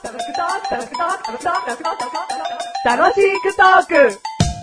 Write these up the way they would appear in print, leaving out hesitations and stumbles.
楽しくトーク。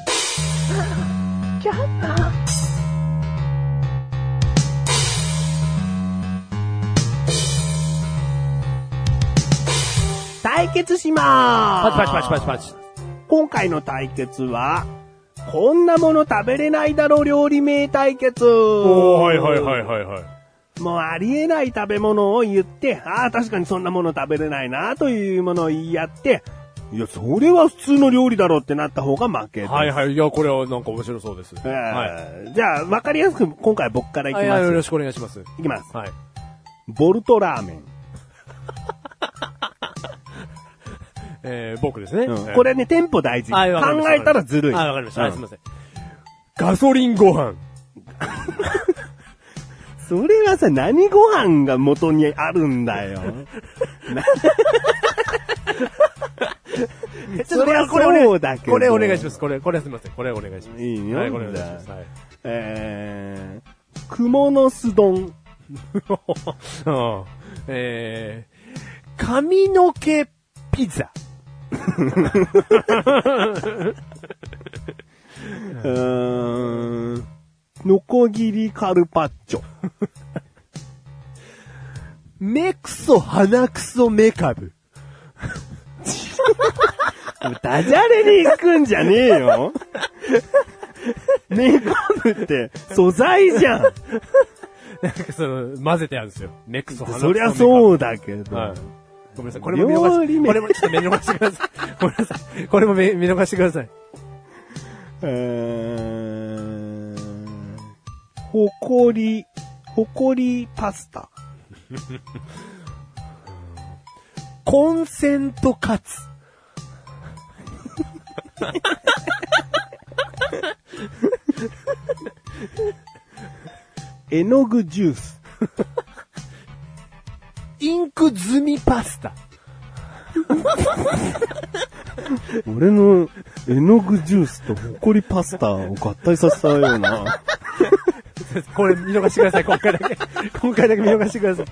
対決しまーす。 パチパチパチパチパチ。 今回の対決は、こんなもの食べれないだろ料理名対決。 はいはいはいはいはい。 もうありえない食べ物を言って、ああ確かにそんなもの食べれないなというものを言い合って、いやそれは普通の料理だろうってなった方が負けです。 はいはい。いや、これはなんか面白そうです。 じゃあ分かりやすく今回僕からいきます。 よろしくお願いします。 いきます。 はい。 ボルトラーメン。 僕ですね。 これね、テンポ大事。考えたらずるい。 わかりました。すみません。ガソリンご飯。 それはさ、何ご飯が元にあるんだよ。それはそうだけど。 これお願いします。これすみません。これお願いします。 いいよ。 はい、これお願いします。はい。 クモの巣丼。 髪の毛ピザ。 ノコギリカルパッチョ。 目クソ鼻クソメカブ。 ダジャレに行くんじゃねえよ。メカブって素材じゃん。 なんか混ぜてあるんですよ。目クソ鼻クソメカブ。 そりゃそうだけど。 はい、ごめんなさい。これも見逃してください。ごめんなさい。これも見逃してください。 ほこりパスタ。 コンセントカツ。 絵の具ジュース。 インク済みパスタ。 俺の絵の具ジュースとほこりパスタを合体させたような。 これ見逃してください。今回だけ見逃してください。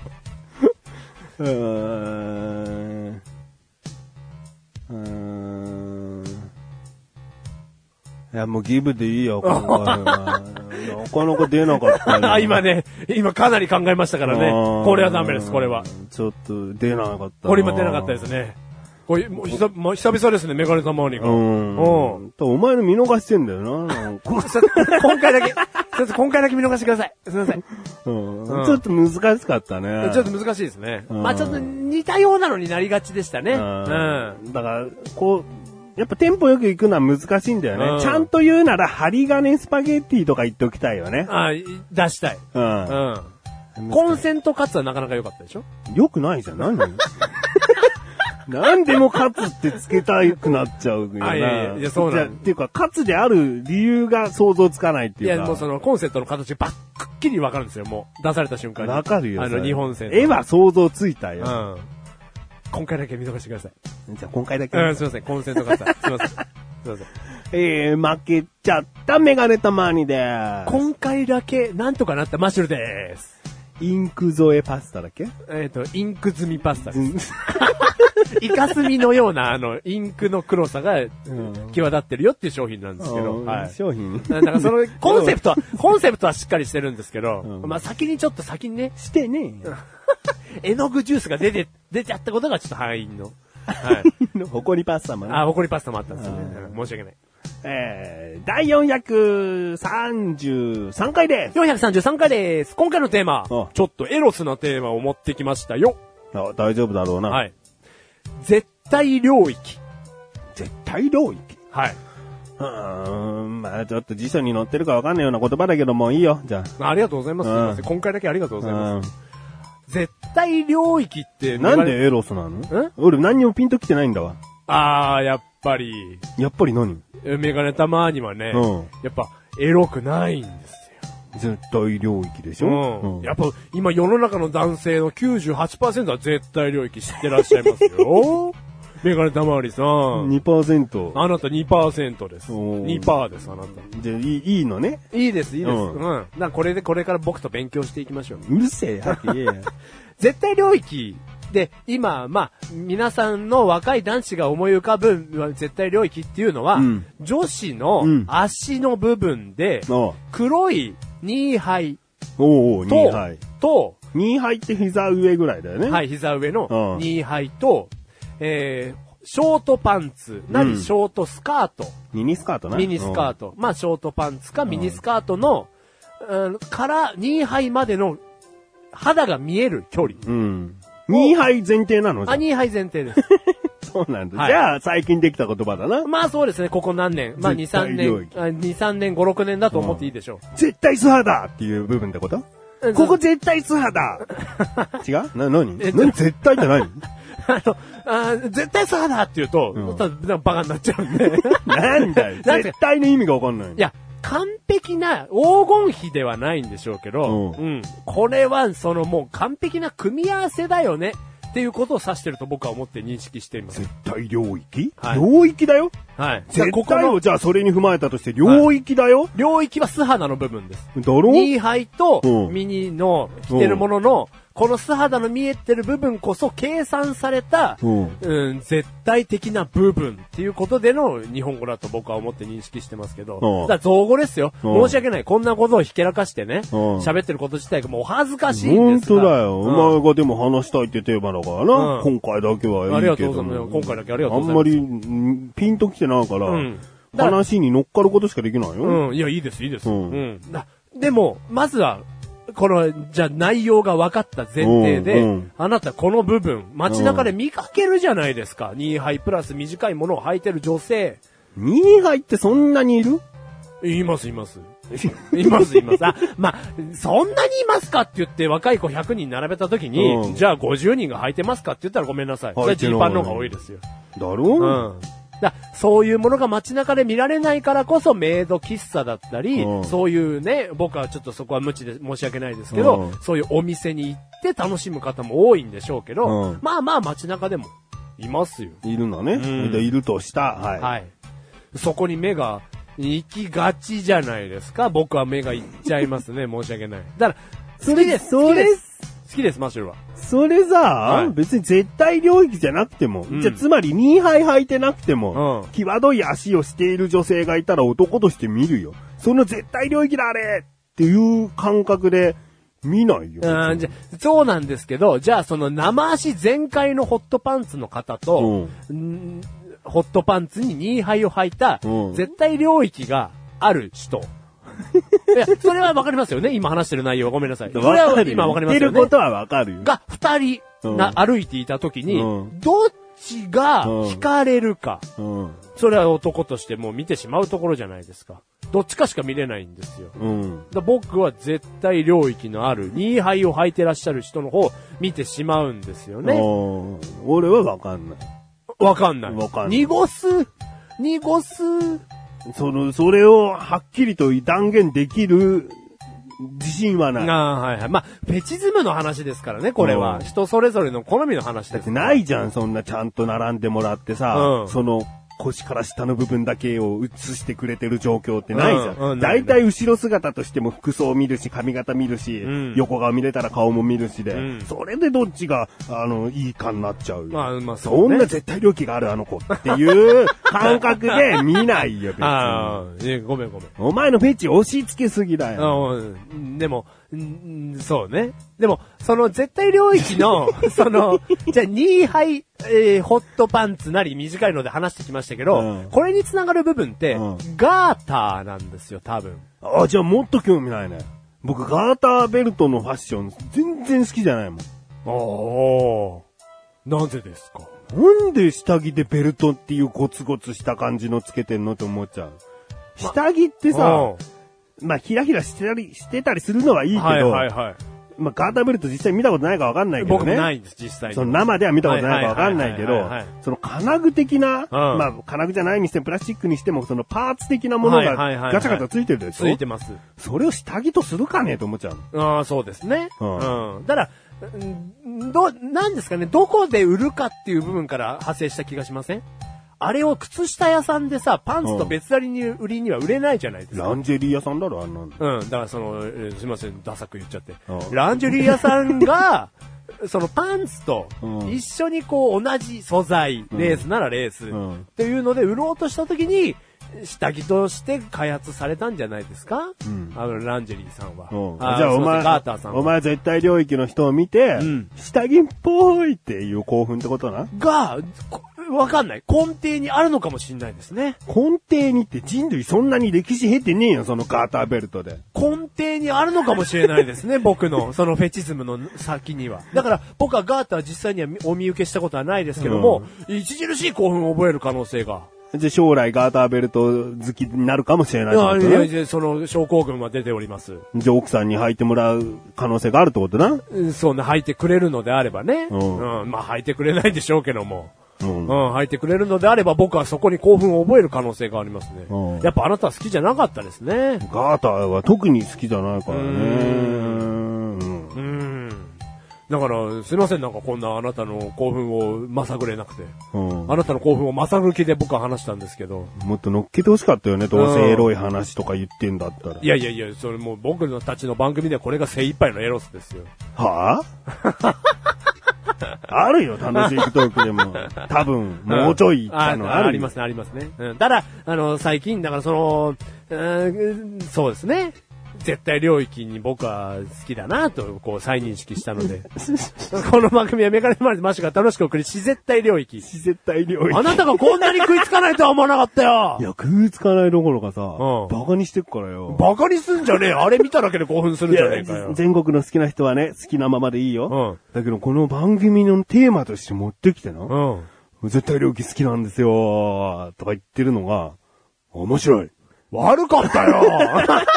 いやもうギブでいいよ。なかなか出なかったよ。 今かなり考えましたからね。これはダメです。これはちょっと出なかった。 これ今出なかったですね。これもう久々ですね。メガネたまわりが。 お前の見逃してんだよな。 今回だけ見逃してください。すみません。 ちょっと難しかったね。 ちょっと難しいですね。まあちょっと似たようなのになりがちでしたね。だからやっぱテンポよく行くのは難しいんだよね。ちゃんと言うなら針金スパゲッティとか言っておきたいよね。 出したい。コンセントカツはなかなか良かったでしょ？ 良くないじゃん。何でもカツってつけたくなっちゃうよな。 いや、そうなんっていうか、カツである理由が想像つかないっていうか。 いや、もうそのコンセントの形がくっきりわかるんですよ、もう。出された瞬間に。 わかるよ。 日本線。 絵は想像ついたよ。 今回だけ見逃してください。 じゃあ今回だけ。 すいません、コンセントカツさん。すいません。 負けちゃったメガネたまにでーす。 今回だけなんとかなったマッシュルでーす。 インク添えパスタだっけ？ インク済みパスタです。イカスミのような、インクの黒さが、際立ってるよっていう商品なんですけど。 商品だからその、コンセプトはしっかりしてるんですけど、まあ先にね、 してね。 絵の具ジュースが出ちゃったことがちょっと敗因の。 ほこりパスタもね。 ほこりパスタもあったんですよね。申し訳ない。 第433回です。 433回です。今回のテーマ、ちょっとエロスなテーマを持ってきましたよ。 大丈夫だろうな。 はい。絶対領域。 絶対領域？ はい。 まあちょっと辞書に載ってるかわかんないような言葉だけどもいいよ、じゃあ。 ありがとうございます。すみません。今回だけありがとうございます。絶対領域って、 なんでエロスなの？俺何にもピンときてないんだわ。 やっぱり何？ メガネたまにはね、やっぱエロくないんですよ。 絶対領域でしょ？ やっぱ今世の中の男性の 98% は絶対領域知ってらっしゃいますよ。メガネたまわりさん。 2%。 あなた 2% です。2% です、あなた。 じゃあ、いいのね。 いいです。これから僕と勉強していきましょう。 うるせえ、はっきり言え。 絶対領域で、今、皆さんの若い男子が思い浮かぶ絶対領域っていうのは、女子の足の部分で、黒いニーハイニーハイ。 ニーハイって膝上ぐらいだよね。 はい、膝上のニーハイと、ショートパンツ、ショートスカート。 ミニスカートね。 ミニスカート。ショートパンツかミニスカートの、からニーハイまでの肌が見える距離。 ニーハイ前提なの？ ニーハイ前提です。 そうなんだ。じゃあ、最近できた言葉だな。 そうですね、ここ何年。2、3年、5、6年だと思っていいでしょう。 絶対素肌っていう部分ってこと？ここ絶対素肌違う？何絶対って何？ 絶対素肌って言うと、バカになっちゃうんで。 なんだよ。絶対の意味がわかんない。 いや、完璧な黄金比ではないんでしょうけど、これはもう完璧な組み合わせだよねっていうことを指してると僕は思って認識しています。 絶対領域？領域だよ。 はい。 絶対をじゃあそれに踏まえたとして領域だよ。 領域は素肌の部分です。 だろ？ ニーハイとミニの着てるものの、この素肌の見えてる部分こそ計算された、絶対的な部分っていうことでの日本語だと僕は思って認識してますけど、だから造語ですよ。申し訳ない。こんなことをひけらかしてね、喋ってること自体がもうお恥ずかしいんですが。 本当だよ。お前がでも話したいってテーマだからな。今回だけはいいけど。 ありがとうございます。今回だけありがとうございます。 あんまりピンときてないから、話に乗っかることしかできないよ。 いや、いいです、いいです。でも、まずは、じゃあ内容が分かった前提で、あなたこの部分、街中で見かけるじゃないですか。ニーハイプラス短いものを履いてる女性。 ニーハイってそんなにいる？ います。います。そんなにいますかって言って若い子100人並べた時に、じゃあ50人が履いてますかって言ったらごめんなさい。それはジーパンの方が多いですよ。 だろ？ そういうものが街中で見られないからこそメイド喫茶だったり、そういうね、僕はちょっとそこは無知で申し訳ないですけど、そういうお店に行って楽しむ方も多いんでしょうけど、街中でもいますよ。 いるのね。いるとした。 はい。そこに目が行きがちじゃないですか。僕は目が行っちゃいますね。申し訳ない。だから、好きです。好きです、マッシュルは。 それさ、別に絶対領域じゃなくても、じゃあつまりニーハイ履いてなくても、際どい足をしている女性がいたら男として見るよ。その絶対領域だあれっていう感覚で見ないよ。 そうなんですけど、じゃあその生足全開のホットパンツの方と、ホットパンツにニーハイを履いた、絶対領域がある人。いや、それはわかりますよね。今話してる内容はごめんなさい。それは今わかりますよね。言ってることはわかるよ。 が、二人歩いていたときに、どっちが惹かれるか。それは男としてもう見てしまうところじゃないですか。どっちかしか見れないんですよ。僕は絶対領域のある、ニーハイを履いてらっしゃる人の方を見てしまうんですよね。 俺はわかんない。 わかんない。濁す。 それをはっきりと断言できる自信はない。 はい。フェチズムの話ですからね、これは。人それぞれの好みの話です。 ないじゃん、そんなちゃんと並んでもらってさ、その腰から下の部分だけを映してくれてる状況ってないじゃん。だいたい後ろ姿としても服装見るし、髪型見るし、横顔見れたら顔も見るしで、それでどっちが、いいかになっちゃう。そんな絶対領域があるあの子っていう感覚で見ないよ、別に。 ごめん。 お前のフェチ押し付けすぎだよ。 でも、そうね。でも、その絶対領域の、じゃあニーハイ、ホットパンツなり短いので話してきましたけど、これにつながる部分って、ガーターなんですよ、多分。 じゃあもっと興味ないね。僕、ガーターベルトのファッション、全然好きじゃないもん。なぜですか？ なんで下着でベルトっていうゴツゴツした感じのつけてんのって思っちゃう。下着ってさ、ひらひらしてたりするのはいいけど、ガーターベルト実際見たことないかわかんないけどね。 僕もないんです、実際に。 その生では見たことないかわかんないけど、その金具的な、金具じゃないにしてもプラスチックにしても、そのパーツ的なものがガチャガチャついてるでしょ？ ついてます。 それを下着とするかねと思っちゃう。 そうですね。だから、なんですかね、どこで売るかっていう部分から派生した気がしません？あれを靴下屋さんでさ、パンツと別売りには売れないじゃないですか。 ランジェリー屋さんだろ、あんなの。 だからすいません、ダサく言っちゃって。ランジェリー屋さんが、 そのパンツと一緒にこう同じ素材、レースならレースっていうので売ろうとした時に下着として開発されたんじゃないですか、ランジェリーさんは。 じゃあガーターさんは。 お前絶対領域の人を見て、下着っぽいっていう興奮ってことなが、わかんない。根底にあるのかもしれないですね。 根底にって人類そんなに歴史経てねえよ、そのガーターベルトで。 根底にあるのかもしれないですね、僕の、そのフェチズムの先には。だから、僕はガーター実際にはお見受けしたことはないですけども、著しい興奮を覚える可能性が。 じゃあ将来ガーターベルト好きになるかもしれないってことね。 いや、その症候群は出ております。 じゃあ奥さんに履いてもらう可能性があるってことな。 そうね、履いてくれるのであればね。まあ履いてくれないでしょうけども。履いてくれるのであれば僕はそこに興奮を覚える可能性がありますね。やっぱあなたは好きじゃなかったですね。 ガーターは特に好きじゃないからね。 だから、すいません、なんかこんなあなたの興奮をまさぐれなくて。あなたの興奮をまさぐる気で僕は話したんですけど。 もっと乗っけてほしかったよね、どうせエロい話とか言ってんだったら。 いや、それもう僕たちの番組ではこれが精一杯のエロスですよ。 はぁあるよ、楽しいトークでも。多分、もうちょいありますね、ありますね。ただ、最近、だからそうですね。絶対領域に僕は好きだなと、こう再認識したので。この番組はメガネマルマシが楽しく送り、自絶対領域。 自絶対領域。 あなたがこんなに食いつかないとは思わなかったよ。 いや、食いつかないどころかさ、バカにしてっからよ。 バカにすんじゃねえよ。あれ見ただけで興奮するんじゃねえかよ。 全国の好きな人はね、好きなままでいいよ。だけどこの番組のテーマとして持ってきてな。絶対領域好きなんですよ。とか言ってるのが、面白い。 悪かったよ。